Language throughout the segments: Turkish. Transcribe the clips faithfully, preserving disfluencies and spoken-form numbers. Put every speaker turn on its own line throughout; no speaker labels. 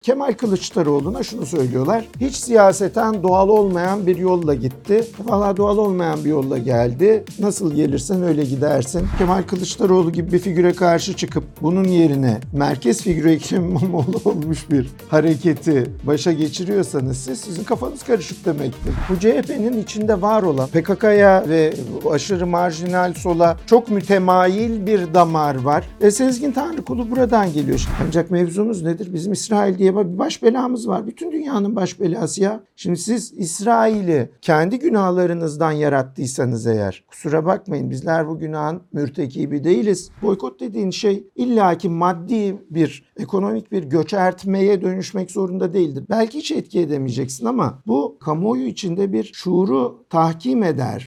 Kemal Kılıçdaroğlu'na şunu söylüyorlar. Hiç siyaseten doğal olmayan bir yolla gitti. Valla doğal olmayan bir yolla geldi. Nasıl gelirsen öyle gidersin. Kemal Kılıçdaroğlu gibi bir figüre karşı çıkıp bunun yerine merkez figürü Ekrem İmamoğlu olmuş bir hareketi başa geçiriyorsanız siz, sizin kafanız karışık demektir. Bu C H P'nin içinde var olan P K K'ya ve aşırı marjinal sola çok mütemayil bir damar var. Ve Sezgin Tanrıkulu buradan geliyor. Ancak mevzumuz nedir? Bizim İsrail diye bir baş belamız var. Bütün dünyanın baş belası ya. Şimdi siz İsrail'i kendi günahlarınızdan yarattıysanız eğer, kusura bakmayın bizler bu günahın mürtekibi değiliz. Boykot dediğin şey illaki maddi bir, ekonomik bir göçertmeye dönüşmek zorunda değildir. Belki hiç etki edemeyeceksin ama bu kamuoyu içinde bir şuuru tahkim eder.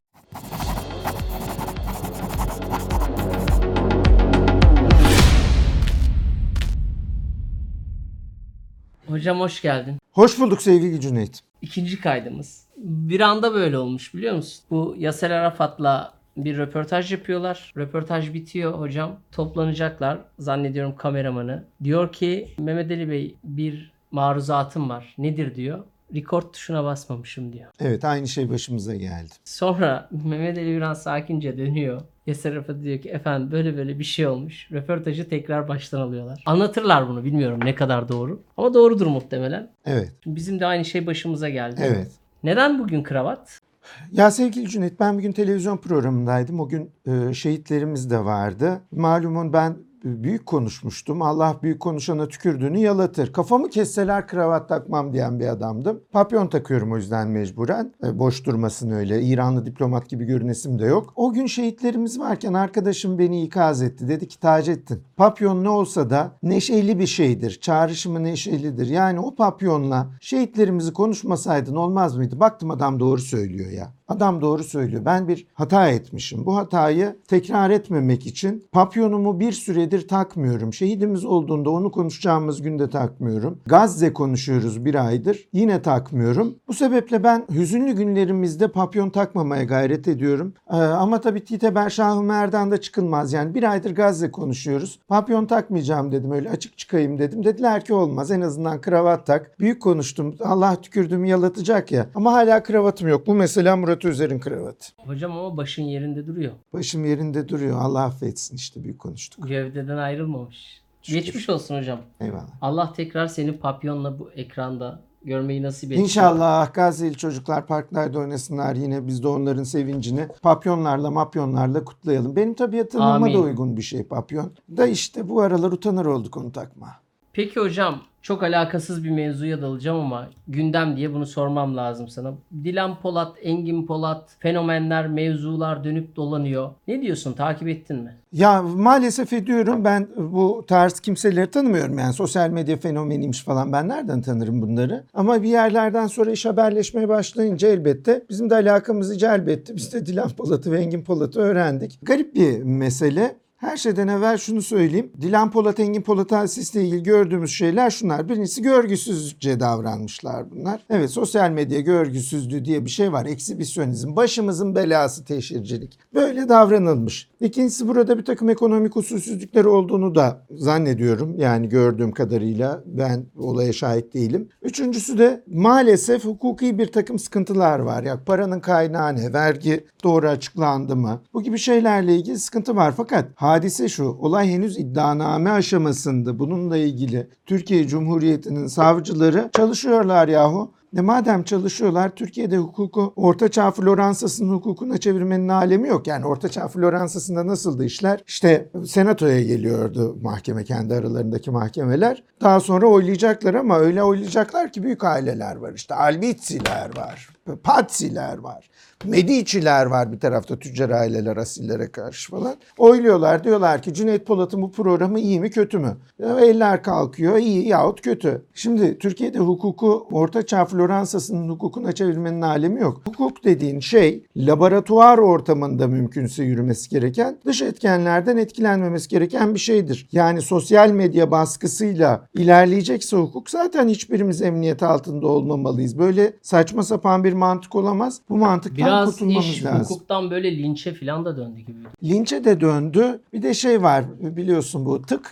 Hocam hoş geldin.
Hoş bulduk sevgili Cüneyt.
İkinci kaydımız. Bir anda böyle olmuş biliyor musun? Bu Yasser Arafat'la bir röportaj yapıyorlar. Röportaj bitiyor hocam. Toplanacaklar. Zannediyorum kameramanı. Diyor ki Mehmet Ali Bey bir maruzatım var. Nedir diyor. Record tuşuna basmamışım diyor.
Evet, aynı şey başımıza geldi.
Sonra Mehmet Ali biraz sakince dönüyor. Yasser Arafat diyor ki efendim böyle böyle bir şey olmuş. Röportajı tekrar baştan alıyorlar. Anlatırlar bunu, bilmiyorum ne kadar doğru. Ama doğrudur muhtemelen.
Evet.
Bizim de aynı şey başımıza geldi.
Evet.
Neden bugün kravat?
Ya sevgili Cüneyt, ben bugün televizyon programındaydım. O gün e, şehitlerimiz de vardı. Malumun ben büyük konuşmuştum. Allah büyük konuşana tükürdüğünü yalatır. Kafamı kesseler kravat takmam diyen bir adamdım. Papyon takıyorum o yüzden mecburen. E, boş durmasın öyle. İranlı diplomat gibi görünesim de yok. O gün şehitlerimiz varken arkadaşım beni ikaz etti. Dedi ki Taceddin, papyon ne olsa da neşeli bir şeydir. Çağrışımı neşelidir. Yani o papyonla şehitlerimizi konuşmasaydın olmaz mıydı? Baktım adam doğru söylüyor ya. Adam doğru söylüyor. Ben bir hata etmişim. Bu hatayı tekrar etmemek için papyonumu bir süredir takmıyorum. Şehidimiz olduğunda onu konuşacağımız günde takmıyorum. Gazze konuşuyoruz bir aydır. Yine takmıyorum. Bu sebeple ben hüzünlü günlerimizde papyon takmamaya gayret ediyorum. Ee, ama tabii Tite Şahı Merdan'da çıkılmaz. Yani bir aydır Gazze konuşuyoruz. Papyon takmayacağım dedim. Öyle açık çıkayım dedim. Dediler ki olmaz. En azından kravat tak. Büyük konuştum. Allah tükürdüğümü yalatacak ya. Ama hala kravatım yok. Bu mesela Murat Özer'in kravatı.
Hocam ama başın yerinde duruyor.
Başım yerinde duruyor. Allah affetsin, işte büyük konuştuk.
Gövdeden ayrılmamış.
Şükür.
Geçmiş olsun hocam.
Eyvallah.
Allah tekrar seni papyonla bu ekranda görmeyi nasip etsin.
İnşallah Gazze'li çocuklar parklarda oynasınlar, yine biz de onların sevincini papyonlarla mapyonlarla kutlayalım. Benim tabiatıma
Amin.
da uygun bir şey papyon. Da işte bu aralar utanır olduk onu takma.
Peki hocam, çok alakasız bir mevzuya dalacağım ama gündem diye bunu sormam lazım sana. Dilan Polat, Engin Polat, fenomenler, mevzular dönüp dolanıyor. Ne diyorsun? Takip ettin mi?
Ya maalesef ediyorum. Ben bu tarz kimseleri tanımıyorum. Yani sosyal medya fenomeniymiş falan. Ben nereden tanırım bunları? Ama bir yerlerden sonra iş haberleşmeye başlayınca elbette bizim de alakamızı celbetti. Biz de Dilan Polat'ı ve Engin Polat'ı öğrendik. Garip bir mesele. Her şeyden evvel şunu söyleyeyim. Dilan Polat, Engin Polat hadisesiyle ilgili gördüğümüz şeyler şunlar. Birincisi görgüsüzce davranmışlar bunlar. Evet, sosyal medya görgüsüzlüğü diye bir şey var. Eksibisyonizm. Başımızın belası teşhircilik. Böyle davranılmış. İkincisi, burada bir takım ekonomik usulsüzlükler olduğunu da zannediyorum. Yani gördüğüm kadarıyla ben olaya şahit değilim. Üçüncüsü de maalesef hukuki bir takım sıkıntılar var. Ya paranın kaynağı ne? Vergi doğru açıklandı mı? Bu gibi şeylerle ilgili sıkıntı var. Fakat hadise şu, olay henüz iddianame aşamasında. Bununla ilgili Türkiye Cumhuriyeti'nin savcıları çalışıyorlar yahu. Ne madem çalışıyorlar, Türkiye'de hukuku Ortaçağ Floransa'sının hukukuna çevirmenin alemi yok. Yani Ortaçağ Floransa'sında nasıldı işler? İşte senatoya geliyordu mahkeme, kendi aralarındaki mahkemeler. Daha sonra oylayacaklar ama öyle oylayacaklar ki büyük aileler var. İşte Albizi'ler var, Pazzi'ler var, Medici'ler var bir tarafta, tüccar aileler asillere karşı falan. Oyluyorlar, diyorlar ki Cüneyt Polat'ın bu programı iyi mi kötü mü? Eller kalkıyor, iyi yahut kötü. Şimdi Türkiye'de hukuku Ortaçağ Floransa'sının hukukuna çevirmenin alemi yok. Hukuk dediğin şey laboratuvar ortamında mümkünse yürümesi gereken, dış etkenlerden etkilenmemesi gereken bir şeydir. Yani sosyal medya baskısıyla ilerleyecekse hukuk, zaten hiçbirimiz emniyet altında olmamalıyız. Böyle saçma sapan bir mantık olamaz. Bu mantıktan
Biraz
kurtulmamız
iş
lazım.
hukuktan böyle linçe falan da döndü gibi.
Linçe de döndü. Bir de şey var, biliyorsun bu tık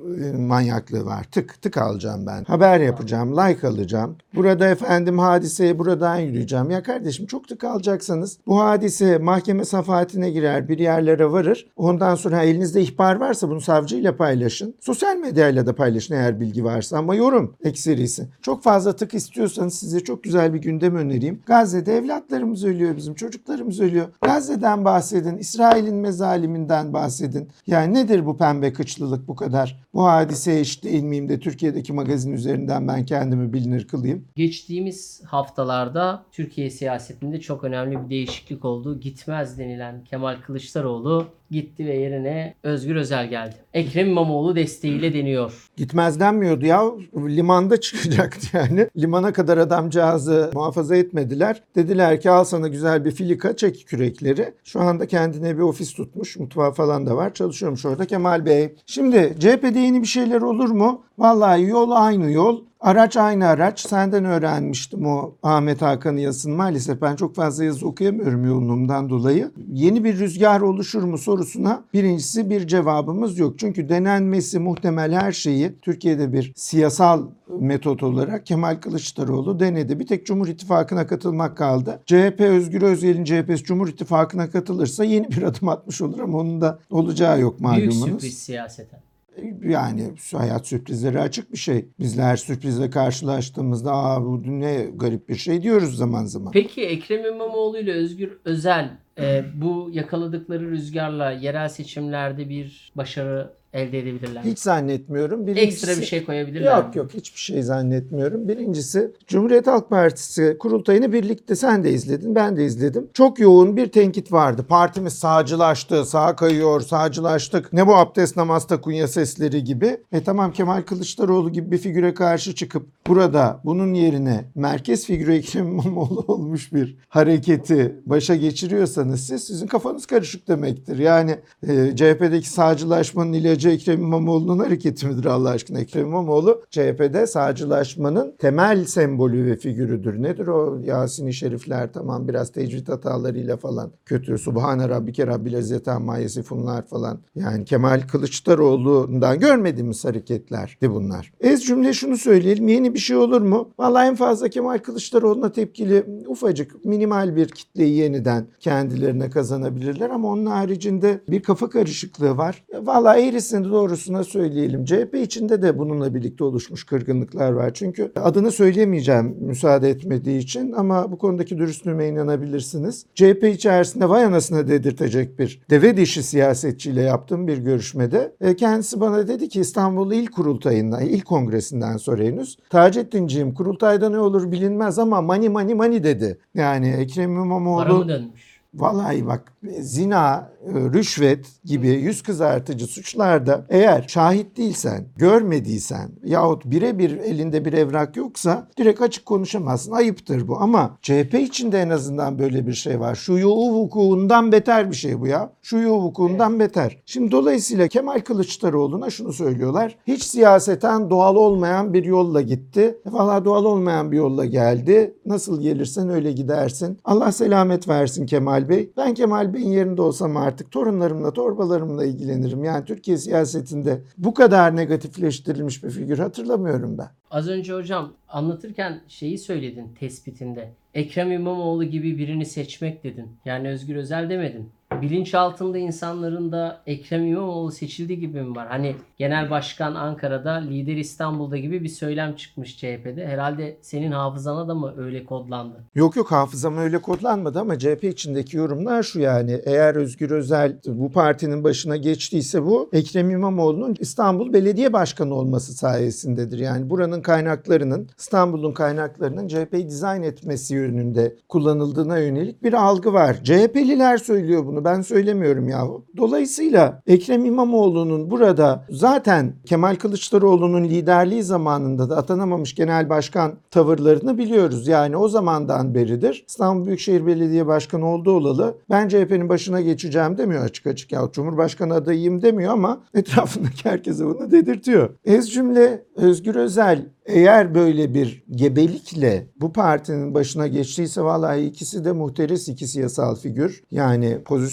e, manyaklığı var. Tık tık alacağım ben. Haber yapacağım, like alacağım. Burada efendim hadiseye buradan yürüyeceğim. Ya kardeşim çok tık alacaksanız bu hadise mahkeme safahatine girer, bir yerlere varır. Ondan sonra elinizde ihbar varsa bunu savcıyla paylaşın. Sosyal medyayla da paylaşın eğer bilgi varsa, ama yorum ekserisi. Çok fazla tık istiyorsanız size çok güzel bir gündem önereyim. Gazze'de evlatlarımız ölüyor, bizim çocuklarımız ölüyor. Gazze'den bahsedin, İsrail'in mezaliminden bahsedin. Yani nedir bu pembe kıçlılık bu kadar? Bu hadiseye eşit değil miyim de Türkiye'deki magazin üzerinden ben kendimi bilinir kılayım.
Geçtiğimiz haftalarda Türkiye siyasetinde çok önemli bir değişiklik oldu. Gitmez denilen Kemal Kılıçdaroğlu gitti ve yerine Özgür Özel geldi. Ekrem İmamoğlu desteğiyle deniyor.
Gitmez denmiyordu ya. Limanda çıkacaktı yani. Limana kadar adamcağızı muhafaza etmediler. Dediler ki al sana güzel bir filika, çek kürekleri. Şu anda kendine bir ofis tutmuş. Mutfağı falan da var. Çalışıyormuş orada Kemal Bey. Şimdi C H P'de yeni bir şeyler olur mu? Vallahi yol aynı yol. Araç aynı araç. Senden öğrenmiştim o Ahmet Hakan'ın yazısını. Maalesef ben çok fazla yazı okuyamıyorum yoğunluğumdan dolayı. Yeni bir rüzgar oluşur mu sorusuna birincisi bir cevabımız yok. Çünkü denenmesi muhtemel her şeyi Türkiye'de bir siyasal metot olarak Kemal Kılıçdaroğlu denedi. Bir tek Cumhur İttifakı'na katılmak kaldı. C H P, Özgür Özel'in C H P'si Cumhur İttifakı'na katılırsa yeni bir adım atmış olur ama onun da olacağı yok malumunuz.
Büyük sürpriz siyaseten.
Yani hayat sürprizleri açık bir şey. Bizler sürprizle karşılaştığımızda aa bu ne garip bir şey diyoruz zaman zaman.
Peki Ekrem İmamoğlu ile Özgür Özel e, bu yakaladıkları rüzgarla yerel seçimlerde bir başarı elde edebilirler mi?
Hiç zannetmiyorum. Birincisi,
Ekstra bir şey koyabilirler
Yok
mi?
yok hiçbir şey zannetmiyorum. Birincisi Cumhuriyet Halk Partisi kurultayını birlikte sen de izledin, ben de izledim. Çok yoğun bir tenkit vardı. Partimiz sağcılaştı, sağa kayıyor, sağcılaştık. Ne bu abdest namaz takunya sesleri gibi. E tamam, Kemal Kılıçdaroğlu gibi bir figüre karşı çıkıp burada bunun yerine merkez figürü Ekrem İmamoğlu olmuş bir hareketi başa geçiriyorsanız siz, sizin kafanız karışık demektir. Yani e, C H P'deki sağcılaşmanın ilacı Ekrem İmamoğlu'nun hareketi midir Allah aşkına? Ekrem İmamoğlu C H P'de sağcılaşmanın temel sembolü ve figürüdür. Nedir o Yasin-i Şerifler, tamam biraz tecvid hatalarıyla falan kötü. Subhane Rabbike Rabbil İzzeti Amma Yasifunlar falan. Yani Kemal Kılıçdaroğlu'ndan görmediğimiz hareketlerdi bunlar. Ez cümle şunu söyleyelim, yeni bir şey olur mu? Vallahi en fazla Kemal Kılıçdaroğlu'na tepkili ufacık minimal bir kitleyi yeniden kendilerine kazanabilirler ama onun haricinde bir kafa karışıklığı var. Vallahi eğrisini doğrusuna söyleyelim. C H P içinde de bununla birlikte oluşmuş kırgınlıklar var. Çünkü adını söyleyemeyeceğim müsaade etmediği için ama bu konudaki dürüstlüğüme inanabilirsiniz. C H P içerisinde vay anasına dedirtecek bir deve dişi siyasetçiyle yaptığım bir görüşmede kendisi bana dedi ki İstanbul İl Kurultayı'ndan, İl Kongresi'nden sonra henüz Taceddin'ciğim kurultayda ne olur bilinmez ama mani mani mani dedi. Yani Ekrem İmamoğlu...
Para mı dönmüş?
Vallahi bak, zina, rüşvet gibi yüz kızartıcı suçlarda eğer şahit değilsen, görmediysen yahut birebir elinde bir evrak yoksa direkt açık konuşamazsın. Ayıptır bu ama C H P içinde en azından böyle bir şey var. Şuyu vukuundan beter bir şey bu ya. Şuyu vukuundan evet. beter. Şimdi dolayısıyla Kemal Kılıçdaroğlu'na şunu söylüyorlar. Hiç siyaseten doğal olmayan bir yolla gitti. Valla doğal olmayan bir yolla geldi. Nasıl gelirsen öyle gidersin. Allah selamet versin Kemal Bey. Ben Kemal Bey'in yerinde olsam artık torunlarımla, torbalarımla ilgilenirim. Yani Türkiye siyasetinde bu kadar negatifleştirilmiş bir figür hatırlamıyorum ben.
Az önce hocam anlatırken şeyi söyledin tespitinde. Ekrem İmamoğlu gibi birini seçmek dedin. Yani Özgür Özel demedin. Bilinç altında insanların da Ekrem İmamoğlu seçildi gibi mi var? Hani genel başkan Ankara'da, lider İstanbul'da gibi bir söylem çıkmış C H P'de. Herhalde senin hafızana da mı öyle kodlandı?
Yok yok, hafızama öyle kodlanmadı ama C H P içindeki yorumlar şu: yani eğer Özgür Özel bu partinin başına geçtiyse bu Ekrem İmamoğlu'nun İstanbul Belediye Başkanı olması sayesindedir. Yani buranın kaynaklarının, İstanbul'un kaynaklarının C H P'yi dizayn etmesi yönünde kullanıldığına yönelik bir algı var. C H P'liler söylüyor bunu. Ben söylemiyorum yahu. Dolayısıyla Ekrem İmamoğlu'nun burada zaten Kemal Kılıçdaroğlu'nun liderliği zamanında da atanamamış genel başkan tavırlarını biliyoruz. Yani o zamandan beridir İstanbul Büyükşehir Belediye Başkanı oldu olalı ben C H P'nin başına geçeceğim demiyor açık açık. Ya Cumhurbaşkanı adayıyım demiyor ama etrafındaki herkese bunu dedirtiyor. Ez cümle Özgür Özel eğer böyle bir gebelikle bu partinin başına geçtiyse vallahi ikisi de muhteris iki siyasal figür. Yani pozisyon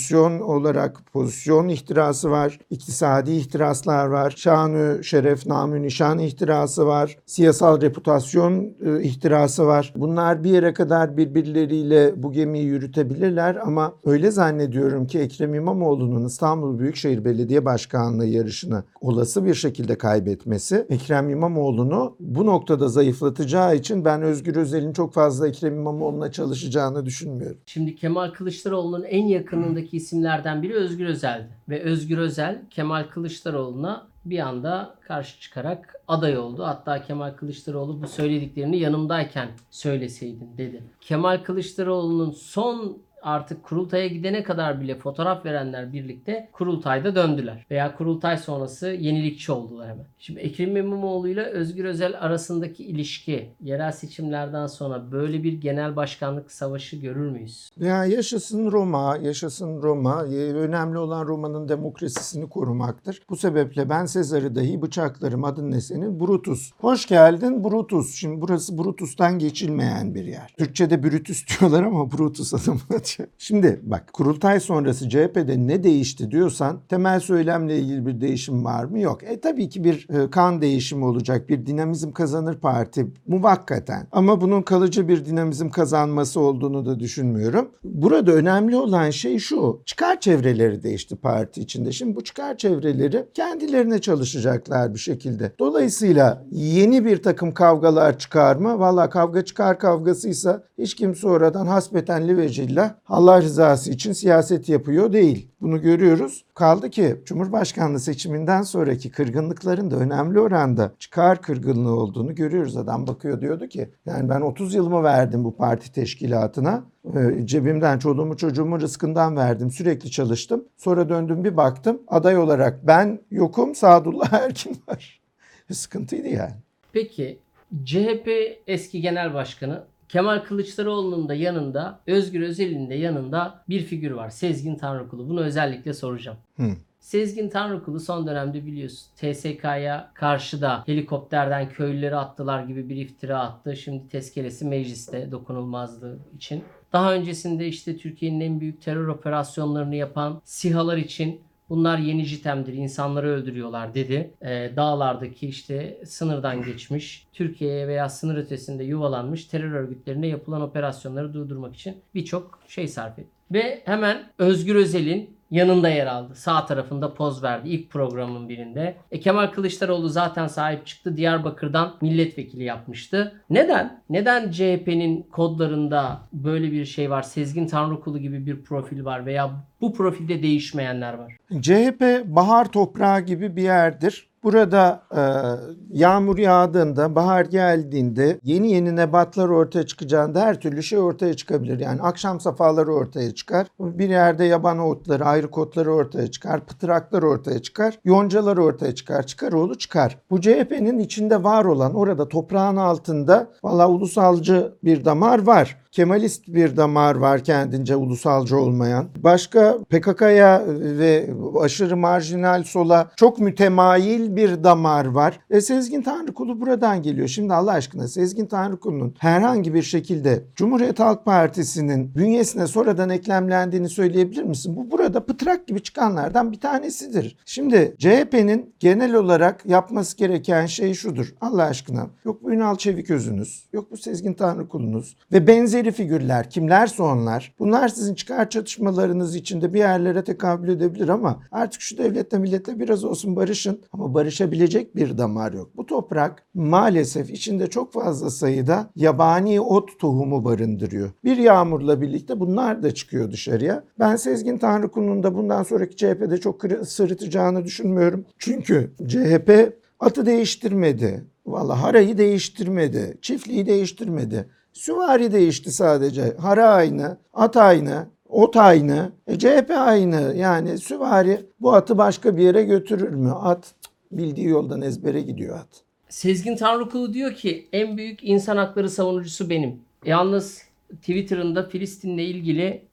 pozisyon olarak pozisyon ihtirası var, iktisadi ihtiraslar var, şanü şeref, namü nişan ihtirası var, siyasal reputasyon e, ihtirası var. Bunlar bir yere kadar birbirleriyle bu gemiyi yürütebilirler ama öyle zannediyorum ki Ekrem İmamoğlu'nun İstanbul Büyükşehir Belediye Başkanlığı yarışını olası bir şekilde kaybetmesi Ekrem İmamoğlu'nu bu noktada zayıflatacağı için ben Özgür Özel'in çok fazla Ekrem İmamoğlu'na çalışacağını düşünmüyorum.
Şimdi Kemal Kılıçdaroğlu'nun en yakınındaki isimlerden biri Özgür Özel'di. Ve Özgür Özel Kemal Kılıçdaroğlu'na bir anda karşı çıkarak aday oldu. Hatta Kemal Kılıçdaroğlu bu söylediklerini yanımdayken söyleseydin dedi. Kemal Kılıçdaroğlu'nun son artık kurultaya gidene kadar bile fotoğraf verenler birlikte kurultayda döndüler. Veya kurultay sonrası yenilikçi oldular hemen. Şimdi Ekrem İmamoğlu ile Özgür Özel arasındaki ilişki yerel seçimlerden sonra böyle bir genel başkanlık savaşı görür müyüz?
Ya yaşasın Roma, yaşasın Roma. Önemli olan Roma'nın demokrasisini korumaktır. Bu sebeple ben Sezar'ı dahi bıçaklarım. Adın ne senin? Brutus. Hoş geldin Brutus. Şimdi burası Brutus'tan geçilmeyen bir yer. Türkçe'de Brutus diyorlar ama Brutus adamı. Şimdi bak, kurultay sonrası C H P'de ne değişti diyorsan temel söylemle ilgili bir değişim var mı? Yok. E tabii ki bir e, kan değişimi olacak. Bir dinamizm kazanır parti muvakkaten. Ama bunun kalıcı bir dinamizm kazanması olduğunu da düşünmüyorum. Burada önemli olan şey şu. Çıkar çevreleri değişti parti içinde. Şimdi bu çıkar çevreleri kendilerine çalışacaklar bir şekilde. Dolayısıyla yeni bir takım kavgalar çıkar mı? Valla kavga çıkar kavgasıysa hiç kimse oradan hasbetenli ve cillah Allah rızası için siyaset yapıyor değil. Bunu görüyoruz. Kaldı ki Cumhurbaşkanlığı seçiminden sonraki kırgınlıkların da önemli oranda çıkar kırgınlığı olduğunu görüyoruz. Adam bakıyor, diyordu ki yani ben otuz yılımı verdim bu parti teşkilatına. E, cebimden, çoluğumu çocuğumu rızkından verdim. Sürekli çalıştım. Sonra döndüm bir baktım. Aday olarak ben yokum, Sadullah Erkin var. Sıkıntıydı yani.
Peki C H P eski genel başkanı Kemal Kılıçdaroğlu'nun da yanında, Özgür Özel'in de yanında bir figür var. Sezgin Tanrıkulu. Bunu özellikle soracağım.
Hı.
Sezgin Tanrıkulu son dönemde biliyorsun T S K'ya karşı da helikopterden köylüleri attılar gibi bir iftira attı. Şimdi tezkeresi mecliste dokunulmazlığı için. Daha öncesinde işte Türkiye'nin en büyük terör operasyonlarını yapan SİHA'lar için bunlar yeni JITEM'dir, insanları öldürüyorlar dedi. Ee, dağlardaki işte sınırdan geçmiş, Türkiye'ye veya sınır ötesinde yuvalanmış terör örgütlerine yapılan operasyonları durdurmak için birçok şey sarf etti. Ve hemen Özgür Özel'in yanında yer aldı. Sağ tarafında poz verdi ilk programın birinde. E, Kemal Kılıçdaroğlu zaten sahip çıktı. Diyarbakır'dan milletvekili yapmıştı. Neden? Neden C H P'nin kodlarında böyle bir şey var? Sezgin Tanrıkulu gibi bir profil var veya bu profilde değişmeyenler var.
C H P bahar toprağı gibi bir yerdir. Burada e, yağmur yağdığında, bahar geldiğinde yeni yeni nebatlar ortaya çıkacağında her türlü şey ortaya çıkabilir. Yani akşam safaları ortaya çıkar. Bir yerde yaban otları, ayrık otları ortaya çıkar. Pıtıraklar ortaya çıkar. Yoncalar ortaya çıkar. Çıkaroğlu çıkar. Bu C H P'nin içinde var olan, orada toprağın altında valla ulusalcı bir damar var. Kemalist bir damar var, kendince ulusalcı olmayan. Başka P K K'ya ve aşırı marjinal sola çok mütemayil bir damar var. E, Sezgin Tanrıkulu buradan geliyor. Şimdi Allah aşkına Sezgin Tanrıkulu'nun herhangi bir şekilde Cumhuriyet Halk Partisi'nin bünyesine sonradan eklemlendiğini söyleyebilir misin? Bu burada pıtrak gibi çıkanlardan bir tanesidir. Şimdi C H P'nin genel olarak yapması gereken şey şudur. Allah aşkına, yok bu Ünal Çeviköz'ünüz, yok bu Sezgin Tanrıkulu'nuz ve benzeri figürler, kimlerse onlar, bunlar sizin çıkar çatışmalarınız içinde bir yerlere tekabül edebilir ama artık şu devletle milletle biraz olsun barışın, ama barışabilecek bir damar yok. Bu toprak maalesef içinde çok fazla sayıda yabani ot tohumu barındırıyor. Bir yağmurla birlikte bunlar da çıkıyor dışarıya. Ben Sezgin Tanrıkulu'nun da bundan sonraki C H P'de çok sırıtacağını düşünmüyorum. Çünkü C H P atı değiştirmedi. Vallahi harayı değiştirmedi. Çiftliği değiştirmedi. Süvari değişti sadece. Hara aynı, at aynı, ot aynı, e, C H P aynı. Yani süvari bu atı başka bir yere götürür mü? At bildiği yoldan ezbere gidiyor at.
Sezgin Tanrıkulu diyor ki en büyük insan hakları savunucusu benim. Yalnız Twitter'ında Filistin'le ilgili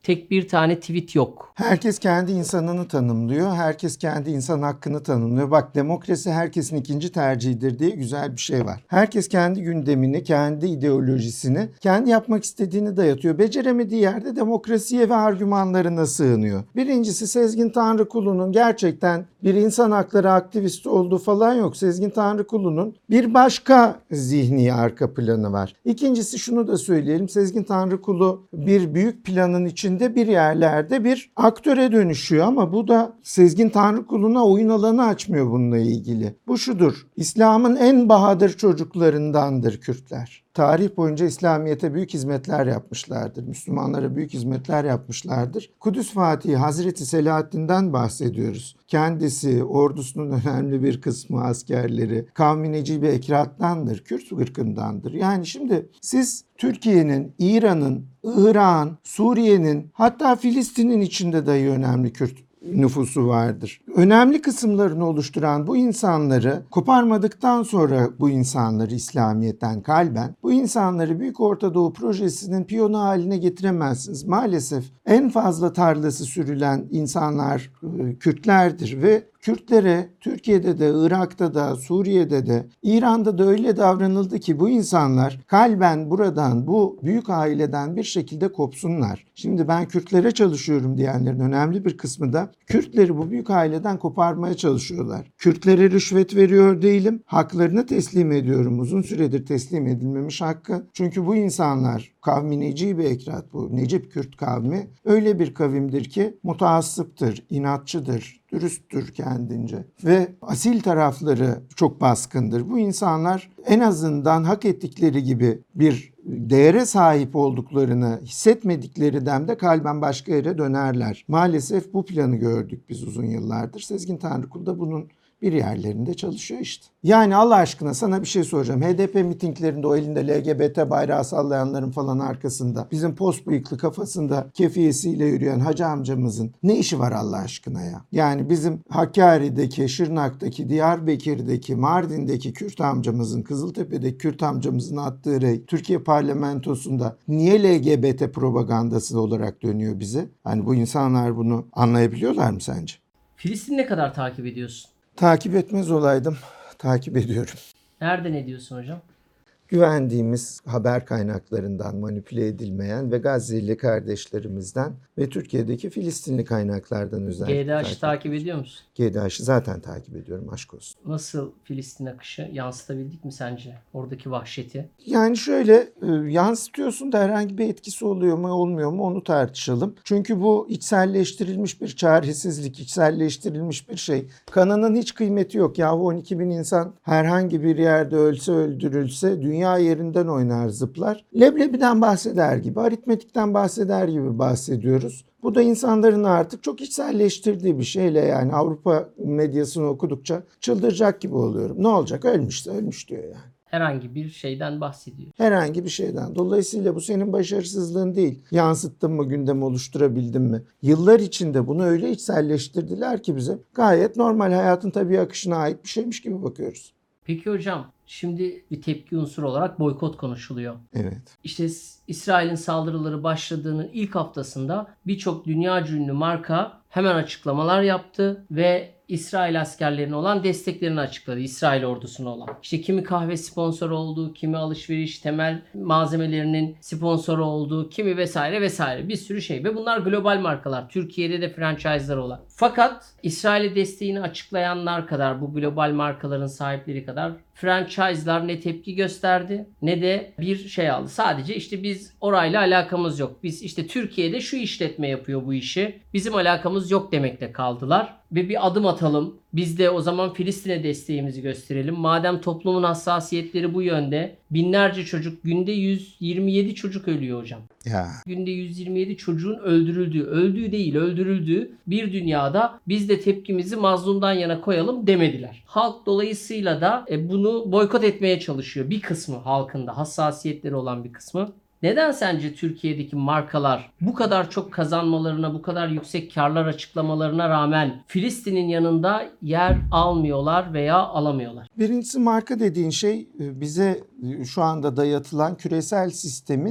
tek bir tane tweet yok.
Herkes kendi insanını tanımlıyor. Herkes kendi insan hakkını tanımlıyor. Bak, demokrasi herkesin ikinci tercihidir diye güzel bir şey var. Herkes kendi gündemini, kendi ideolojisini, kendi yapmak istediğini dayatıyor. Beceremediği yerde demokrasiye ve argümanlarına sığınıyor. Birincisi, Sezgin Tanrıkulu'nun gerçekten bir insan hakları aktivisti olduğu falan yok. Sezgin Tanrıkulu'nun bir başka zihni arka planı var. İkincisi, şunu da söyleyelim. Sezgin Tanrıkulu bir büyük planın içinde bir yerlerde bir aktöre dönüşüyor ama bu da Sezgin Tanrıkulu'na oyun alanı açmıyor bununla ilgili. Bu şudur: İslam'ın en bahadır çocuklarındandır Kürtler. Tarih boyunca İslamiyet'e büyük hizmetler yapmışlardır. Müslümanlara büyük hizmetler yapmışlardır. Kudüs Fatihi Hazreti Selahaddin'den bahsediyoruz. Kendisi, ordusunun önemli bir kısmı, askerleri Kavmi Necibi Ekrat'tandır, Kürt ırkındandır. Yani şimdi siz Türkiye'nin, İran'ın, Irak'ın, Suriye'nin, hatta Filistin'in içinde dahi önemli Kürt nüfusu vardır. Önemli kısımlarını oluşturan bu insanları koparmadıktan sonra, bu insanları İslamiyet'ten kalben, bu insanları Büyük Orta Doğu Projesi'nin piyonu haline getiremezsiniz. Maalesef en fazla tarlası sürülen insanlar e, Kürtlerdir ve Kürtlere Türkiye'de de, Irak'ta da, Suriye'de de, İran'da da öyle davranıldı ki bu insanlar kalben buradan, bu büyük aileden bir şekilde kopsunlar. Şimdi ben Kürtlere çalışıyorum diyenlerin önemli bir kısmı da Kürtleri bu büyük aileden koparmaya çalışıyorlar. Kürtlere rüşvet veriyor değilim, haklarını teslim ediyorum. Uzun süredir teslim edilmemiş hakkı. Çünkü bu insanlar, Kavmi Necibi Ekrat, bu Necip Kürt kavmi öyle bir kavimdir ki mutaassıptır, inatçıdır, dürüsttür kendince ve asil tarafları çok baskındır. Bu insanlar en azından hak ettikleri gibi bir değere sahip olduklarını hissetmedikleri demde kalben başka yere dönerler. Maalesef bu planı gördük biz uzun yıllardır. Sezgin Tanrıkulu da bunun bir yerlerinde çalışıyor işte. Yani Allah aşkına sana bir şey soracağım. H D P mitinglerinde o elinde L G B T bayrağı sallayanların falan arkasında, bizim pos bıyıklı kafasında kefiyesiyle yürüyen hacı amcamızın ne işi var Allah aşkına ya? Yani bizim Hakkari'deki, Şırnak'taki, Diyarbakır'daki, Mardin'deki Kürt amcamızın, Kızıltepe'deki Kürt amcamızın attığı rey Türkiye parlamentosunda niye L G B T propagandası olarak dönüyor bize? Hani bu insanlar bunu anlayabiliyorlar mı sence?
Filistin'i ne kadar takip ediyorsun?
Takip etmez olaydım. Takip ediyorum.
Nereden ediyorsun hocam?
Güvendiğimiz haber kaynaklarından manipüle edilmeyen ve Gazze'li kardeşlerimizden ve Türkiye'deki Filistinli kaynaklardan özellikle
G D H'ı takip ediyor musun?
G D H'ı zaten takip ediyorum, aşk olsun.
Nasıl Filistin akışı? Yansıtabildik mi sence oradaki vahşeti?
Yani şöyle e, yansıtıyorsun da herhangi bir etkisi oluyor mu olmuyor mu onu tartışalım. Çünkü bu içselleştirilmiş bir çaresizlik, içselleştirilmiş bir şey. Kanının hiç kıymeti yok. Yahu on iki bin insan herhangi bir yerde ölse öldürülse dünya yerinden oynar zıplar. Leblebiden bahseder gibi, aritmetikten bahseder gibi bahsediyoruz. Bu da insanların artık çok içselleştirdiği bir şeyle, yani Avrupa medyasını okudukça çıldıracak gibi oluyorum. Ne olacak? Ölmüşse ölmüş diyor yani.
Herhangi bir şeyden bahsediyor.
Herhangi bir şeyden. Dolayısıyla bu senin başarısızlığın değil. Yansıttın mı, gündem oluşturabildin mi? Yıllar içinde bunu öyle içselleştirdiler ki bize gayet normal hayatın tabii akışına ait bir şeymiş gibi bakıyoruz.
Peki hocam, şimdi bir tepki unsuru olarak boykot konuşuluyor.
Evet.
İşte İsrail'in saldırıları başladığının ilk haftasında birçok dünyaca ünlü marka hemen açıklamalar yaptı ve İsrail askerlerine olan desteklerini açıkladı. İsrail ordusuna olan. İşte kimi kahve sponsoru olduğu, kimi alışveriş temel malzemelerinin sponsoru olduğu, kimi vesaire vesaire bir sürü şey. Ve bunlar global markalar. Türkiye'de de franchise'ları olan. Fakat İsrail'e desteğini açıklayanlar kadar, bu global markaların sahipleri kadar franchise'lar ne tepki gösterdi ne de bir şey aldı. Sadece işte biz orayla alakamız yok. Biz işte Türkiye'de şu işletme yapıyor bu işi. Bizim alakamız yok demekle kaldılar. Ve bir adım atalım. Biz de o zaman Filistin'e desteğimizi gösterelim. Madem toplumun hassasiyetleri bu yönde, binlerce çocuk, günde yüz yirmi yedi çocuk ölüyor hocam.
Ya.
Günde yüz yirmi yedi çocuğun öldürüldüğü, öldüğü değil öldürüldüğü bir dünyada biz de tepkimizi mazlumdan yana koyalım demediler. Halk dolayısıyla da e, bunu boykot etmeye çalışıyor. Bir kısmı halkında hassasiyetleri olan bir kısmı. Neden sence Türkiye'deki markalar bu kadar çok kazanmalarına, bu kadar yüksek karlar açıklamalarına rağmen Filistin'in yanında yer almıyorlar veya alamıyorlar?
Birincisi, marka dediğin şey bize şu anda dayatılan küresel sistemin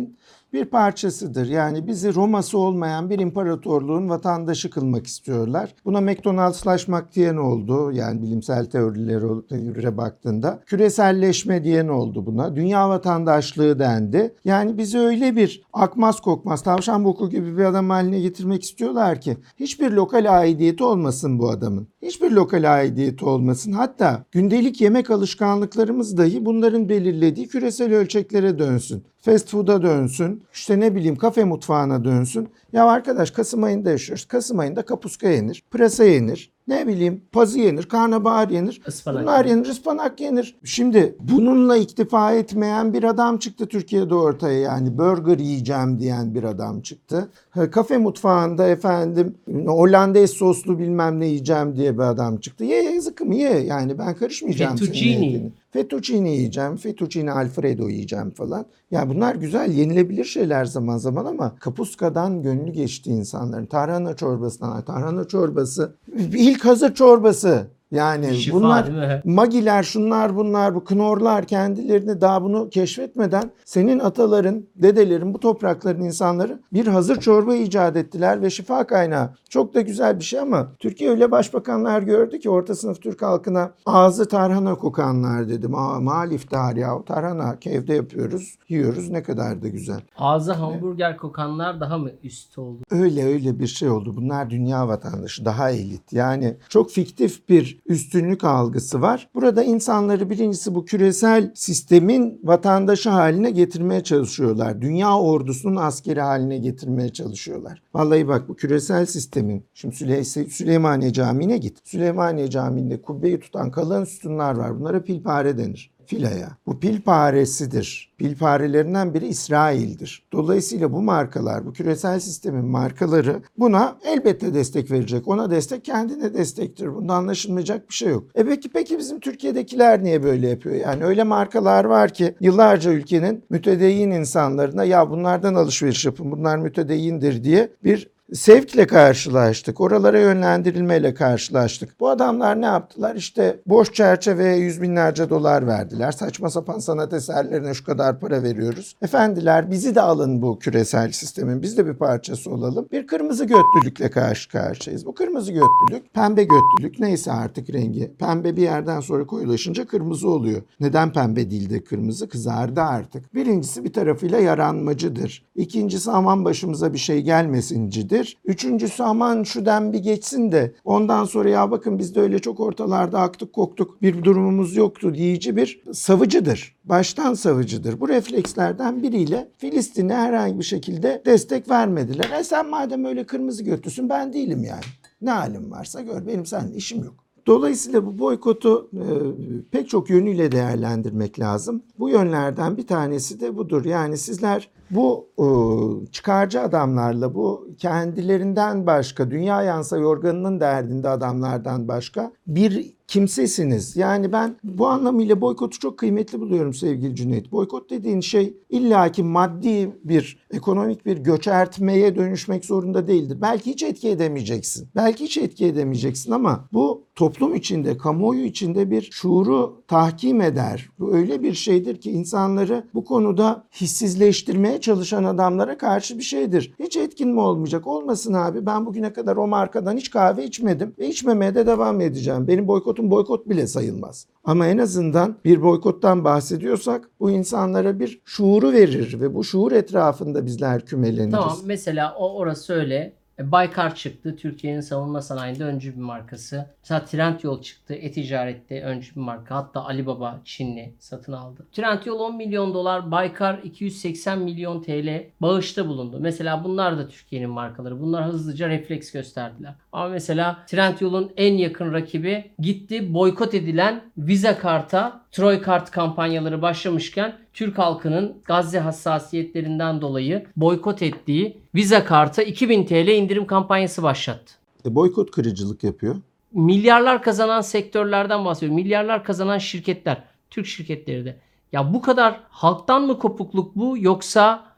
bir parçasıdır. Yani bizi Roma'sı olmayan bir imparatorluğun vatandaşı kılmak istiyorlar. Buna McDonald'slaşmak diyen oldu. Yani bilimsel teorilere baktığında. Küreselleşme diyen oldu buna. Dünya vatandaşlığı dendi. Yani bizi öyle bir akmaz kokmaz tavşan boku gibi bir adam haline getirmek istiyorlar ki hiçbir lokal aidiyeti olmasın bu adamın. Hiçbir lokal aidiyeti olmasın. Hatta gündelik yemek alışkanlıklarımız dahi bunların belirlediği küresel ölçeklere dönsün. Fast food'a dönsün, işte ne bileyim kafe mutfağına dönsün. Ya arkadaş Kasım ayında yaşıyoruz. Kasım ayında kapuska yenir, pırasa yenir, ne bileyim pazı yenir, karnabahar yenir.
Ispanak
Bunlar yenir, ıspanak yenir. Şimdi bununla iktifa etmeyen bir adam çıktı Türkiye'de ortaya, yani burger yiyeceğim diyen bir adam çıktı. Kafe mutfağında efendim Hollandaise soslu bilmem ne yiyeceğim diye bir adam çıktı. Ye ye zıkkımı ye, yani ben karışmayacağım senin
Fettuccine.
yediğine. Fettuccine yiyeceğim, fettuccine alfredo yiyeceğim falan. Ya bunlar güzel, yenilebilir şeyler zaman zaman ama kapuskadan gönlü geçti insanların. Tarhana çorbasından, tarhana çorbası ilk hazır çorbası. Yani
Şifa,
bunlar
değil mi?
Magiler, şunlar bunlar, bu Knorrlar kendilerini daha bunu keşfetmeden senin ataların, dedelerin, bu toprakların insanları bir hazır çorba icat ettiler ve şifa kaynağı. Çok da güzel bir şey ama Türkiye öyle başbakanlar gördü ki orta sınıf Türk halkına ağzı tarhana kokanlar dedim. Aa, mal iftihar ya, o tarhana evde yapıyoruz, yiyoruz, ne kadar da güzel.
Ağzı hamburger kokanlar daha mı üst oldu?
Öyle öyle bir şey oldu. Bunlar dünya vatandaşı, daha elit. Yani çok fiktif bir üstünlük algısı var. Burada insanları birincisi bu küresel sistemin vatandaşı haline getirmeye çalışıyorlar. Dünya ordusunun askeri haline getirmeye çalışıyorlar. Vallahi bak, bu küresel sistemin, şimdi Süley- Süleymaniye Camii'ne git. Süleymaniye Camii'nde kubbeyi tutan kalın sütunlar var. Bunlara pilpare denir. Filaya. Bu pilparesidir. Pilparelerinden biri İsrail'dir. Dolayısıyla bu markalar, bu küresel sistemin markaları buna elbette destek verecek. Ona destek kendine destektir. Bunda anlaşılmayacak bir şey yok. E peki peki bizim Türkiye'dekiler niye böyle yapıyor? Yani öyle markalar var ki yıllarca ülkenin mütedeyyin insanlarına ya bunlardan alışveriş yapın, bunlar mütedeyyindir diye bir sevkle karşılaştık. Oralara yönlendirilmeyle karşılaştık. Bu adamlar ne yaptılar? İşte boş çerçeveye yüz binlerce dolar verdiler. Saçma sapan sanat eserlerine şu kadar para veriyoruz. Efendiler bizi de alın bu küresel sistemin. Biz de bir parçası olalım. Bir kırmızı götlülükle karşı karşıyayız. Bu kırmızı götlülük, pembe götlülük neyse artık rengi. Pembe bir yerden sonra koyulaşınca kırmızı oluyor. Neden pembe değil de kırmızı? Kızardı artık. Birincisi bir tarafıyla yaranmacıdır. İkincisi aman başımıza bir şey gelmesincidir. Üçüncüsü aman şu dem bir geçsin de ondan sonra ya bakın biz de öyle çok ortalarda aktık koktuk bir durumumuz yoktu diyici bir savcıdır. Baştan savcıdır. Bu reflekslerden biriyle Filistin'e herhangi bir şekilde destek vermediler. E sen madem öyle kırmızı götlüsün, ben değilim yani. Ne halim varsa gör, benim seninle işim yok. Dolayısıyla bu boykotu e, pek çok yönüyle değerlendirmek lazım. Bu yönlerden bir tanesi de budur. Yani sizler bu e, çıkarcı adamlarla, bu kendilerinden başka, dünya yansa yorganının derdinde adamlardan başka bir kimsesiniz. Yani ben bu anlamıyla boykotu çok kıymetli buluyorum sevgili Cüneyt. Boykot dediğin şey illaki maddi bir, ekonomik bir göçertmeye dönüşmek zorunda değildir. Belki hiç etki edemeyeceksin. Belki hiç etki edemeyeceksin ama bu toplum içinde, kamuoyu içinde bir şuuru tahkim eder. Bu öyle bir şeydir ki insanları bu konuda hissizleştirmeye çalışan adamlara karşı bir şeydir. Hiç etkin mi olmayacak? Olmasın abi. Ben bugüne kadar o markadan hiç kahve içmedim ve içmemeye de devam edeceğim. Benim boykotum boykot bile sayılmaz. Ama en azından bir boykottan bahsediyorsak bu insanlara bir şuuru verir ve bu şuur etrafında bizler kümeleniriz.
Tamam, mesela o orası öyle. E, Baykar çıktı. Türkiye'nin savunma sanayinde öncü bir markası. Mesela Trendyol çıktı. E-ticarette öncü bir marka. Hatta Alibaba Çinli satın aldı. Trendyol on milyon dolar, Baykar iki yüz seksen milyon T L bağışta bulundu. Mesela bunlar da Türkiye'nin markaları. Bunlar hızlıca refleks gösterdiler. Ama mesela Trendyol'un en yakın rakibi gitti boykot edilen Visa Kart'a Troy Kart kampanyaları başlamışken Türk halkının Gazze hassasiyetlerinden dolayı boykot ettiği Visa Kart'a iki bin T L indirim kampanyası başlattı.
E, boykot kırıcılık yapıyor.
Milyarlar kazanan sektörlerden bahsediyorum. Milyarlar kazanan şirketler. Türk şirketleri de. Ya bu kadar halktan mı kopukluk bu, yoksa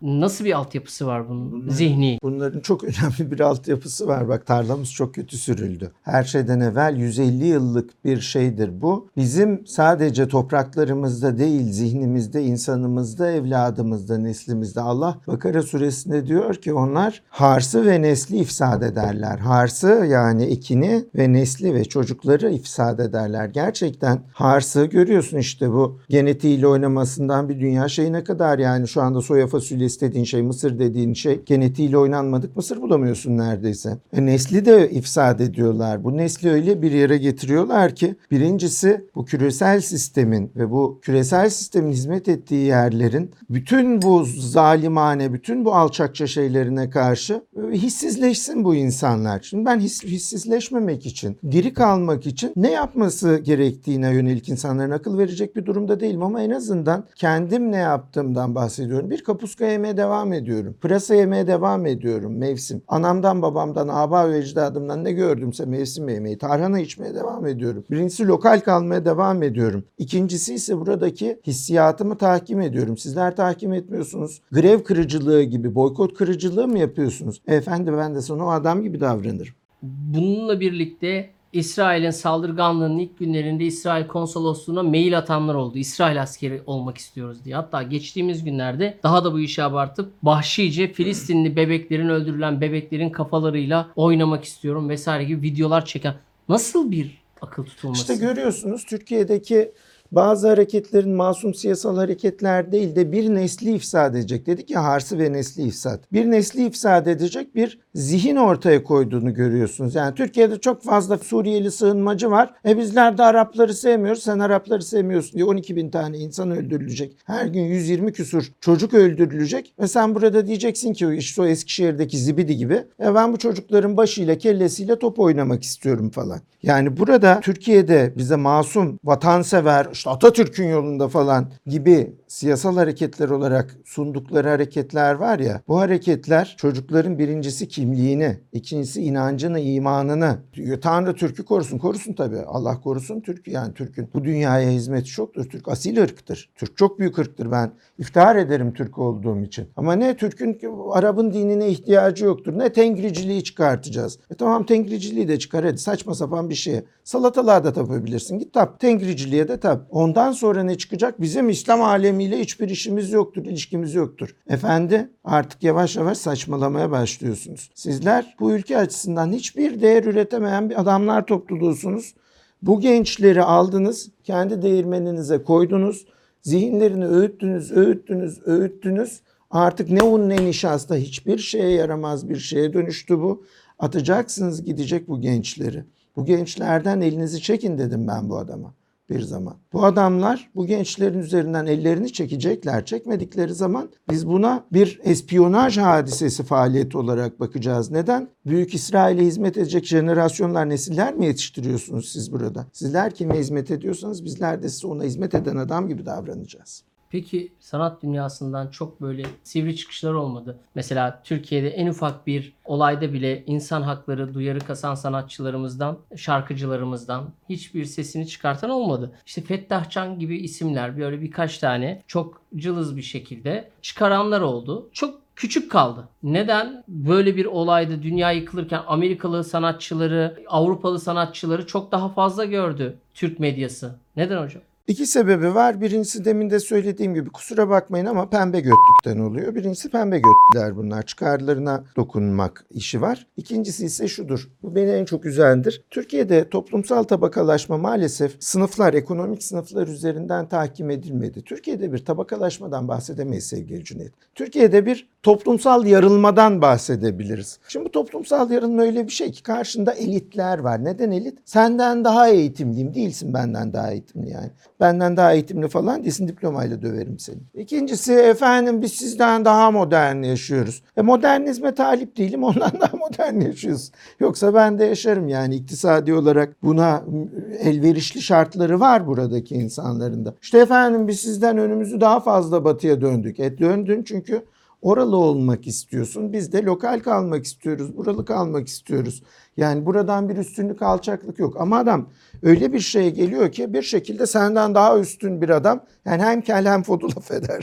Nasıl bir altyapısı var bunun?
Bunlar-
Zihni.
Bunların çok önemli bir altyapısı var. Bak tarlamız çok kötü sürüldü. Her şeyden evvel yüz elli yıllık bir şeydir bu. Bizim sadece topraklarımızda değil, zihnimizde, insanımızda, evladımızda, neslimizde. Allah Bakara suresinde diyor ki onlar harsı ve nesli ifsad ederler. Harsı yani ekini ve nesli ve çocukları ifsad ederler. Gerçekten harsı görüyorsun işte bu genetiğiyle oynamasından bir dünya şeyine kadar yani şu anda soya fasulyesi dediğin şey, mısır dediğin şey genetiğiyle oynanmadık mısır bulamıyorsun neredeyse. E, nesli de ifsad ediyorlar. Bu nesli öyle bir yere getiriyorlar ki birincisi bu küresel sistemin ve bu küresel sistemin hizmet ettiği yerlerin bütün bu zalimane, bütün bu alçakça şeylerine karşı e, hissizleşsin bu insanlar. Şimdi ben his, hissizleşmemek için, diri kalmak için ne yapması gerektiğine yönelik insanların akıl verecek bir durumda değilim ama en azından kendim ne yaptığımdan bahsediyorum. Bir kapuska yemeye devam ediyorum. Pırasa yemeye devam ediyorum. Mevsim. Anamdan, babamdan, aba ve ecdadımdan ne gördümse mevsim yemeği. Tarhana içmeye devam ediyorum. Birincisi lokal kalmaya devam ediyorum. İkincisi ise buradaki hissiyatımı tahkim ediyorum. Sizler tahkim etmiyorsunuz. Grev kırıcılığı gibi, boykot kırıcılığı mı yapıyorsunuz? Efendim ben de sana o adam gibi davranırım.
Bununla birlikte İsrail'in saldırganlığının ilk günlerinde İsrail konsolosluğuna mail atanlar oldu. İsrail askeri olmak istiyoruz diye. Hatta geçtiğimiz günlerde daha da bu işi abartıp vahşice Filistinli bebeklerin, öldürülen bebeklerin kafalarıyla oynamak istiyorum vesaire gibi videolar çeken. Nasıl bir akıl tutulması?
İşte görüyorsunuz Türkiye'deki bazı hareketlerin masum siyasal hareketler değil de bir nesli ifsad edecek. Dedik ya harsı ve nesli ifsad. Bir nesli ifsad edecek bir zihin ortaya koyduğunu görüyorsunuz. Yani Türkiye'de çok fazla Suriyeli sığınmacı var. E bizler de Arapları sevmiyoruz. Sen Arapları sevmiyorsun diye on iki bin tane insan öldürülecek. Her gün yüz yirmi küsur çocuk öldürülecek. Ve sen burada diyeceksin ki işte o Eskişehir'deki Zibidi gibi e ben bu çocukların başıyla kellesiyle top oynamak istiyorum falan. Yani burada Türkiye'de bize masum, vatansever, işte Atatürk'ün yolunda falan gibi siyasal hareketler olarak sundukları hareketler var ya, bu hareketler çocukların birincisi kimliğini, ikincisi inancını, imanını, Tanrı Türk'ü korusun, korusun tabii, Allah korusun Türk, yani Türk'ün bu dünyaya hizmeti çoktur. Türk asil ırktır. Türk çok büyük ırktır, ben iftihar ederim Türk olduğum için. Ama ne Türk'ün Arap'ın dinine ihtiyacı yoktur, ne Tengriciliği çıkartacağız. E tamam Tengriciliği de çıkar hadi, saçma sapan bir şeye. Salatalığa da tapabilirsin, git tap. Tengriciliğe de tap. Ondan sonra ne çıkacak? Bizim İslam alemiyle hiçbir işimiz yoktur, ilişkimiz yoktur. Efendi artık yavaş yavaş saçmalamaya başlıyorsunuz. Sizler bu ülke açısından hiçbir değer üretemeyen bir adamlar topluluğusunuz. Bu gençleri aldınız, kendi değirmeninize koydunuz. Zihinlerini öğüttünüz, öğüttünüz, öğüttünüz. Artık ne un ne nişasta hiçbir şeye yaramaz bir şeye dönüştü bu. Atacaksınız gidecek bu gençleri. Bu gençlerden elinizi çekin dedim ben bu adama bir zaman. Bu adamlar bu gençlerin üzerinden ellerini çekecekler. Çekmedikleri zaman biz buna bir espiyonaj hadisesi faaliyeti olarak bakacağız. Neden? Büyük İsrail'e hizmet edecek jenerasyonlar, nesiller mi yetiştiriyorsunuz siz burada? Sizler kime hizmet ediyorsanız bizler de size ona hizmet eden adam gibi davranacağız.
Peki sanat dünyasından çok böyle sivri çıkışlar olmadı. Mesela Türkiye'de en ufak bir olayda bile insan hakları duyarı kasan sanatçılarımızdan, şarkıcılarımızdan hiçbir sesini çıkartan olmadı. İşte Fettah Can gibi isimler böyle birkaç tane çok cılız bir şekilde çıkaranlar oldu. Çok küçük kaldı. Neden? Böyle bir olayda dünya yıkılırken Amerikalı sanatçıları, Avrupalı sanatçıları çok daha fazla gördü Türk medyası. Neden hocam?
İki sebebi var. Birincisi demin de söylediğim gibi kusura bakmayın ama pembe götlükten oluyor. Birincisi pembe götlüler bunlar. Çıkarlarına dokunmak işi var. İkincisi ise şudur. Bu beni en çok üzendir. Türkiye'de toplumsal tabakalaşma maalesef sınıflar, ekonomik sınıflar üzerinden tahkim edilmedi. Türkiye'de bir tabakalaşmadan bahsedemeyiz sevgili Cüneyt. Türkiye'de bir toplumsal yarılmadan bahsedebiliriz. Şimdi bu toplumsal yarılma öyle bir şey ki karşında elitler var. Neden elit? Senden daha eğitimliyim. Değilsin benden daha eğitimli yani. Benden daha eğitimli falan değilsin, diplomayla döverim seni. İkincisi efendim biz sizden daha modern yaşıyoruz. E modernizme talip değilim, ondan daha modern yaşıyoruz. Yoksa ben de yaşarım yani iktisadi olarak buna elverişli şartları var buradaki insanların da. İşte efendim biz sizden önümüzü daha fazla batıya döndük. E döndün çünkü oralı olmak istiyorsun. Biz de lokal kalmak istiyoruz, buralı kalmak istiyoruz. Yani buradan bir üstünlük, alçaklık yok. Ama adam öyle bir şeye geliyor ki bir şekilde senden daha üstün bir adam. Yani hem kel hem foto laf edersin.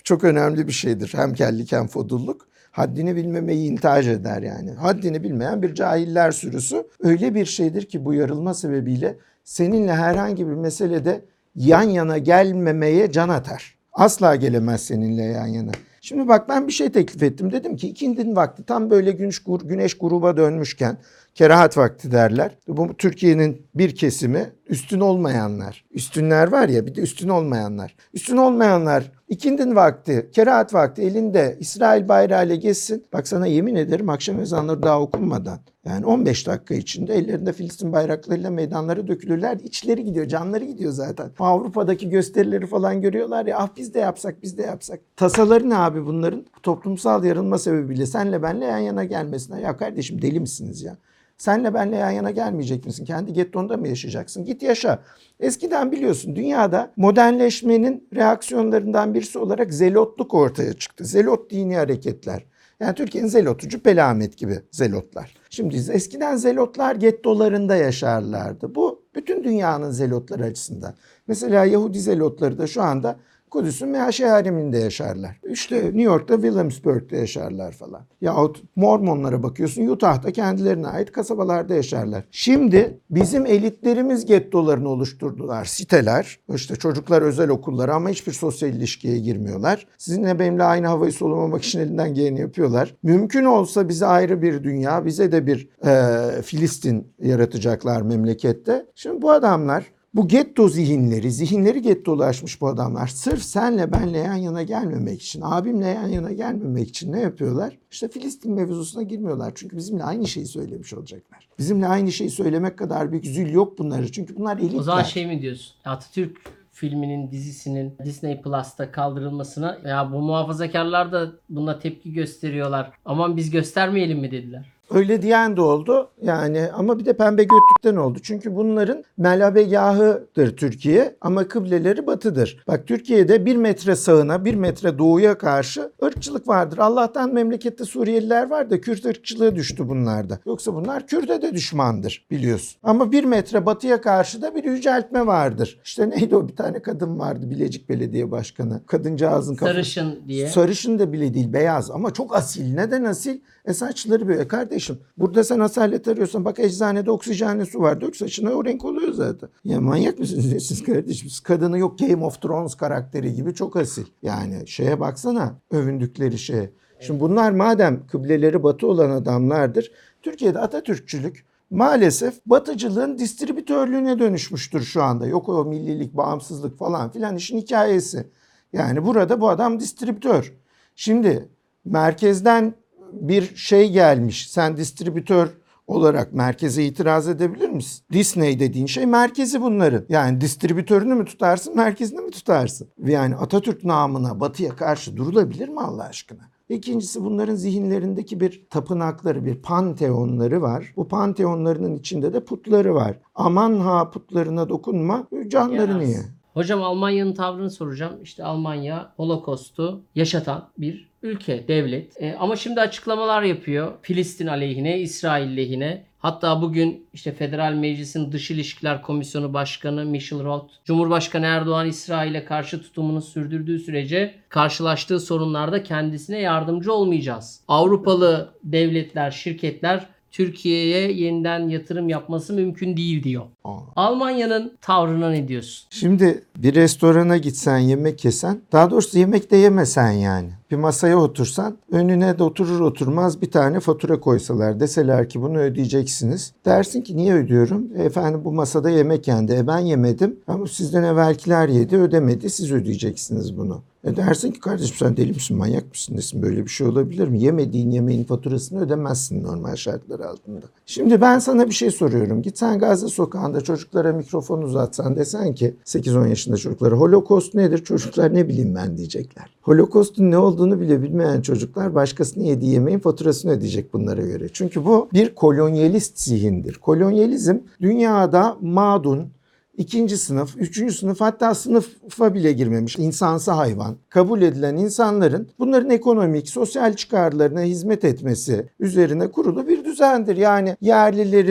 çok önemli bir şeydir. Hem kellik hem fodulluk. Haddini bilmemeyi intihac eder yani. Haddini bilmeyen bir cahiller sürüsü öyle bir şeydir ki bu yarılma sebebiyle seninle herhangi bir meselede yan yana gelmemeye can atar. Asla gelemez seninle yan yana. Şimdi bak ben bir şey teklif ettim. Dedim ki ikindin vakti tam böyle güneş, güneş gruba dönmüşken kerahat vakti derler. Bu Türkiye'nin bir kesimi üstün olmayanlar. Üstünler var ya bir de üstün olmayanlar. Üstün olmayanlar ikindin vakti, kerahat vakti elinde İsrail bayrağıyla geçsin. Bak sana yemin ederim akşam ezanları daha okunmadan. Yani on beş dakika içinde ellerinde Filistin bayraklarıyla meydanlara dökülürler. İçleri gidiyor, canları gidiyor zaten. Avrupa'daki gösterileri falan görüyorlar ya. Ah biz de yapsak, biz de yapsak. Tasaları ne abi bunların? Toplumsal yarılma sebebiyle senle benle yan yana gelmesine. Ya kardeşim deli misiniz ya? Senle benle yan yana gelmeyecek misin? Kendi gettonda mı yaşayacaksın? Git yaşa. Eskiden biliyorsun dünyada modernleşmenin reaksiyonlarından birisi olarak zelotluk ortaya çıktı. Zelot dini hareketler. Yani Türkiye'nin zelotu Cübbeli Ahmet gibi zelotlar. Şimdi eskiden zelotlar gettolarında yaşarlardı. Bu bütün dünyanın zelotları açısından. Mesela Yahudi zelotları da şu anda Kudüs'ün Mehaşe hareminde yaşarlar. İşte New York'ta Williamsburg'da yaşarlar falan. Yahut Mormonlara bakıyorsun Utah'ta kendilerine ait kasabalarda yaşarlar. Şimdi bizim elitlerimiz gettolarını oluşturdular. Siteler, işte çocuklar özel okulları ama hiçbir sosyal ilişkiye girmiyorlar. Sizinle benimle aynı havayı solumamak için elinden geleni yapıyorlar. Mümkün olsa bize ayrı bir dünya, bize de bir e, Filistin yaratacaklar memlekette. Şimdi bu adamlar bu getto zihinleri, zihinleri gettolaşmış bu adamlar. Sırf senle benle yan yana gelmemek için, abimle yan yana gelmemek için ne yapıyorlar? İşte Filistin mevzusuna girmiyorlar. Çünkü bizimle aynı şeyi söylemiş olacaklar. Bizimle aynı şeyi söylemek kadar büyük zül yok bunları. Çünkü bunlar elitler.
O zaman şey mi diyorsun? Atatürk filminin, dizisinin Disney Plus'ta kaldırılmasına ya bu muhafazakarlar da buna tepki gösteriyorlar. Aman biz göstermeyelim mi dediler.
Öyle diyen de oldu yani ama bir de pembe götlükten oldu. Çünkü bunların melabegahıdır Türkiye ama kıbleleri batıdır. Bak Türkiye'de bir metre sağına bir metre doğuya karşı ırkçılık vardır. Allah'tan memlekette Suriyeliler var da Kürt ırkçılığı düştü bunlarda. Yoksa bunlar Kürt'e de düşmandır biliyorsun. Ama bir metre batıya karşı da bir yüceltme vardır. İşte neydi o bir tane kadın vardı Bilecik Belediye Başkanı. Kadıncağızın kafası.
Sarışın diye.
Sarışın da bile değil beyaz ama çok asil. Neden asil? E saçları böyle kardeşim. Burada sen asalet arıyorsan bak eczanede oksijenli su var. Dök saçına o renk oluyor zaten. Ya manyak mısınız siz kardeşim? Kadını yok Game of Thrones karakteri gibi çok asil. Yani şeye baksana övündükleri şeye. Şimdi bunlar madem kıbleleri batı olan adamlardır. Türkiye'de Atatürkçülük maalesef batıcılığın distribütörlüğüne dönüşmüştür şu anda. Yok o millilik, bağımsızlık falan filan işin hikayesi. Yani burada bu adam distribütör. Şimdi merkezden bir şey gelmiş. Sen distribütör olarak merkeze itiraz edebilir misin? Disney dediğin şey merkezi bunların. Yani distribütörünü mü tutarsın, merkezini mi tutarsın? Yani Atatürk namına batıya karşı durulabilir mi Allah aşkına? İkincisi bunların zihinlerindeki bir tapınakları, bir panteonları var. Bu panteonlarının içinde de putları var. Aman ha putlarına dokunma, canlarını ye.
Hocam Almanya'nın tavrını soracağım. İşte Almanya Holocaust'u yaşatan bir ülke, devlet. E, ama şimdi açıklamalar yapıyor. Filistin aleyhine, İsrail lehine. Hatta bugün işte Federal Meclis'in Dış İlişkiler Komisyonu Başkanı Michel Roth, Cumhurbaşkanı Erdoğan İsrail'e karşı tutumunu sürdürdüğü sürece karşılaştığı sorunlarda kendisine yardımcı olmayacağız. Avrupalı devletler, şirketler Türkiye'ye yeniden yatırım yapması mümkün değil diyor. Aa. Almanya'nın tavrına ne diyorsun?
Şimdi bir restorana gitsen yemek yesen, daha doğrusu yemek de yemesen yani. Bir masaya otursan önüne de oturur oturmaz bir tane fatura koysalar deseler ki bunu ödeyeceksiniz. Dersin ki niye ödüyorum? E efendim bu masada yemek yendi. E ben yemedim ama sizden evvelkiler yedi ödemedi siz ödeyeceksiniz bunu. E dersin ki kardeşim sen deli misin manyak mısın desin böyle bir şey olabilir mi? Yemediğin yemeğin faturasını ödemezsin normal şartlar altında. Şimdi ben sana bir şey soruyorum. Gitsen Gazze Sokağı'nda çocuklara mikrofon uzatsan desen ki sekiz on yaşında çocuklara Holocaust nedir? Çocuklar ne bileyim ben diyecekler. Holocaust'un ne olduğunu bile bilmeyen çocuklar başkasının yediği yemeğin faturasını ödeyecek bunlara göre. Çünkü bu bir kolonyalist zihindir. Kolonyalizm dünyada madun, İkinci sınıf, üçüncü sınıf hatta sınıfa bile girmemiş insansı hayvan kabul edilen insanların bunların ekonomik, sosyal çıkarlarına hizmet etmesi üzerine kurulu bir düzendir. Yani yerlileri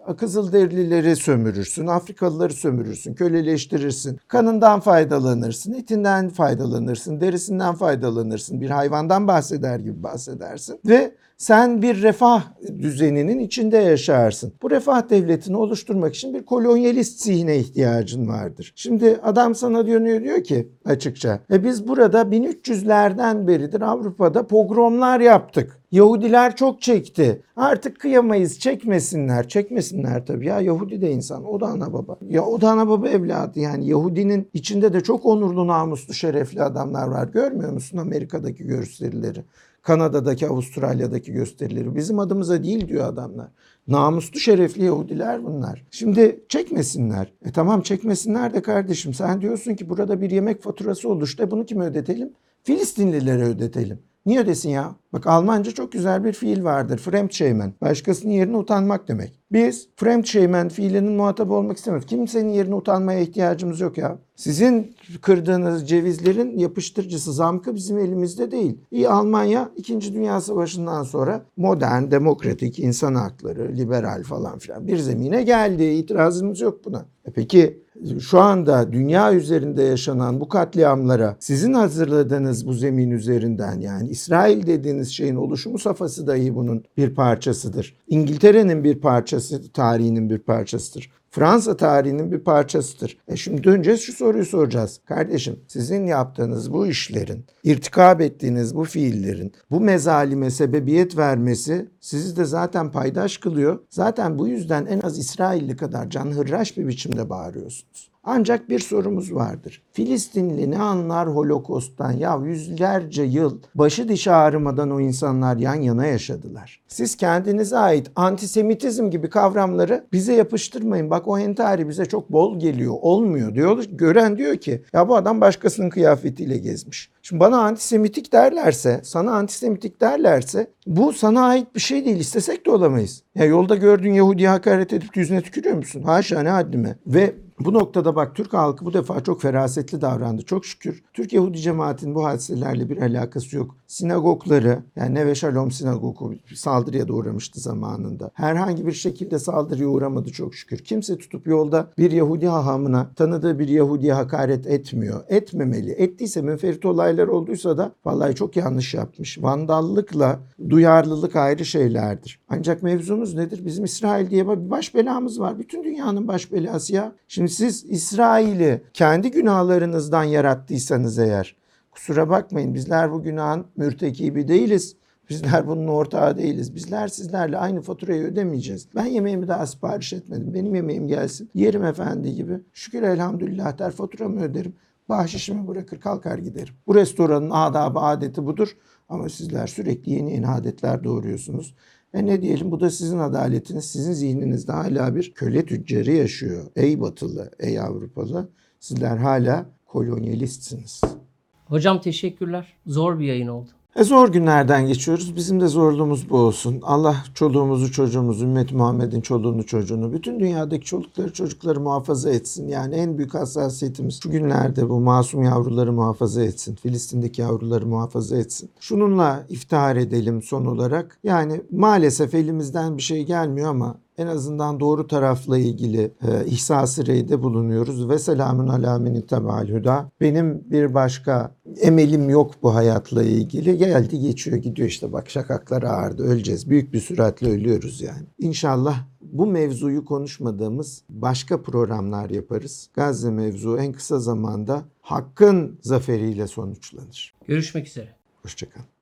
Kızılderilileri sömürürsün, Afrikalıları sömürürsün, köleleştirirsin. Kanından faydalanırsın, etinden faydalanırsın, derisinden faydalanırsın. Bir hayvandan bahseder gibi bahsedersin. Ve sen bir refah düzeninin içinde yaşarsın. Bu refah devletini oluşturmak için bir kolonyalist zihne ihtiyacın vardır. Şimdi adam sana diyor, diyor ki açıkça, e biz burada bin üç yüzlerden beridir Avrupa'da pogromlar yaptık. Yahudiler çok çekti. Artık kıyamayız, çekmesinler. Çekmesinler tabii ya, Yahudi de insan. O da ana baba. Ya o da ana baba evladı yani. Yahudinin içinde de çok onurlu, namuslu, şerefli adamlar var. Görmüyor musun Amerika'daki gösterileri? Kanada'daki, Avustralya'daki gösterileri. Bizim adımıza değil diyor adamlar. Namuslu, şerefli Yahudiler bunlar. Şimdi çekmesinler. E tamam çekmesinler de kardeşim. Sen diyorsun ki burada bir yemek faturası oluştu. E bunu kime ödetelim? Filistinlilere ödetelim. Niye ödesin ya? Bak Almanca çok güzel bir fiil vardır. Fremdschämen. Başkasının yerine utanmak demek. Biz Fremdschämen fiilinin muhatabı olmak istemiyoruz. Kimsenin yerine utanmaya ihtiyacımız yok ya. Sizin kırdığınız cevizlerin yapıştırıcısı, zamkı bizim elimizde değil. İyi, Almanya İkinci Dünya Savaşı'ndan sonra modern, demokratik, insan hakları, liberal falan filan bir zemine geldi. İtirazımız yok buna. E peki şu anda dünya üzerinde yaşanan bu katliamlara sizin hazırladığınız bu zemin üzerinden, yani İsrail dediğiniz şeyin oluşumu safhası dahi bunun bir parçasıdır. İngiltere'nin bir parçası, tarihinin bir parçasıdır. Fransa tarihinin bir parçasıdır. E şimdi döneceğiz, şu soruyu soracağız. Kardeşim, sizin yaptığınız bu işlerin, irtikab ettiğiniz bu fiillerin, bu mezalime sebebiyet vermesi sizi de zaten paydaş kılıyor. Zaten bu yüzden en az İsrailli kadar canhırraş bir biçimde bağırıyorsunuz. Ancak bir sorumuz vardır. Filistinli ne anlar Holokost'tan? Ya yüzlerce yıl başı dişi ağrımadan o insanlar yan yana yaşadılar. Siz kendinize ait antisemitizm gibi kavramları bize yapıştırmayın. Bak o entari bize çok bol geliyor. Olmuyor diyor. Gören diyor ki ya bu adam başkasının kıyafetiyle gezmiş. Şimdi bana antisemitik derlerse, sana antisemitik derlerse bu sana ait bir şey değil. İstesek de olamayız. Ya yolda gördüğün Yahudi'ye hakaret edip yüzüne tükürüyor musun? Haşa, ne haddime. Ve bu noktada bak Türk halkı bu defa çok ferasetli davrandı. Çok şükür. Türk Yahudi cemaatinin bu hadiselerle bir alakası yok. Sinagogları, yani Neve Shalom sinagogu saldırıya da uğramıştı zamanında. Herhangi bir şekilde saldırıya uğramadı çok şükür. Kimse tutup yolda bir Yahudi hahamına, tanıdığı bir Yahudi'ye hakaret etmiyor. Etmemeli. Ettiyse, münferit olaylar olduysa da vallahi çok yanlış yapmış. Vandallıkla duyarlılık ayrı şeylerdir. Ancak mevzumuz nedir? Bizim İsrail diye bir baş belamız var. Bütün dünyanın baş belası ya. Şimdi siz İsrail'i kendi günahlarınızdan yarattıysanız eğer, kusura bakmayın, bizler bu günahın mürtekibi değiliz. Bizler bunun ortağı değiliz. Bizler sizlerle aynı faturayı ödemeyeceğiz. Ben yemeğimi daha sipariş etmedim. Benim yemeğim gelsin. Yerim efendi gibi. Şükür elhamdülillah der, faturamı öderim. Bahşişimi bırakır kalkar giderim. Bu restoranın adabı, adeti budur. Ama sizler sürekli yeni yeni adetler doğuruyorsunuz. E ne diyelim, bu da sizin adaletiniz. Sizin zihninizde hala bir köle tüccarı yaşıyor. Ey Batılı, ey Avrupalı, sizler hala kolonyalistsiniz.
Hocam teşekkürler. Zor bir yayın oldu.
E zor günlerden geçiyoruz. Bizim de zorluğumuz bu olsun. Allah çoluğumuzu, çocuğumuzu, ümmet Muhammed'in çoluğunu, çocuğunu, bütün dünyadaki çocukları, çocukları muhafaza etsin. Yani en büyük hassasiyetimiz şu günlerde bu masum yavruları muhafaza etsin. Filistin'deki yavruları muhafaza etsin. Şununla iftihar edelim son olarak. Yani maalesef elimizden bir şey gelmiyor ama en azından doğru tarafla ilgili e, ihsas-ı reyde bulunuyoruz. Ve selamun ala men ittaba'al huda. Benim bir başka emelim yok bu hayatla ilgili. Geldi geçiyor gidiyor işte, bak şakaklar ağardı, öleceğiz. Büyük bir süratle ölüyoruz yani. İnşallah bu mevzuyu konuşmadığımız başka programlar yaparız. Gazze mevzu en kısa zamanda hakkın zaferiyle sonuçlanır.
Görüşmek üzere.
Hoşça kalın.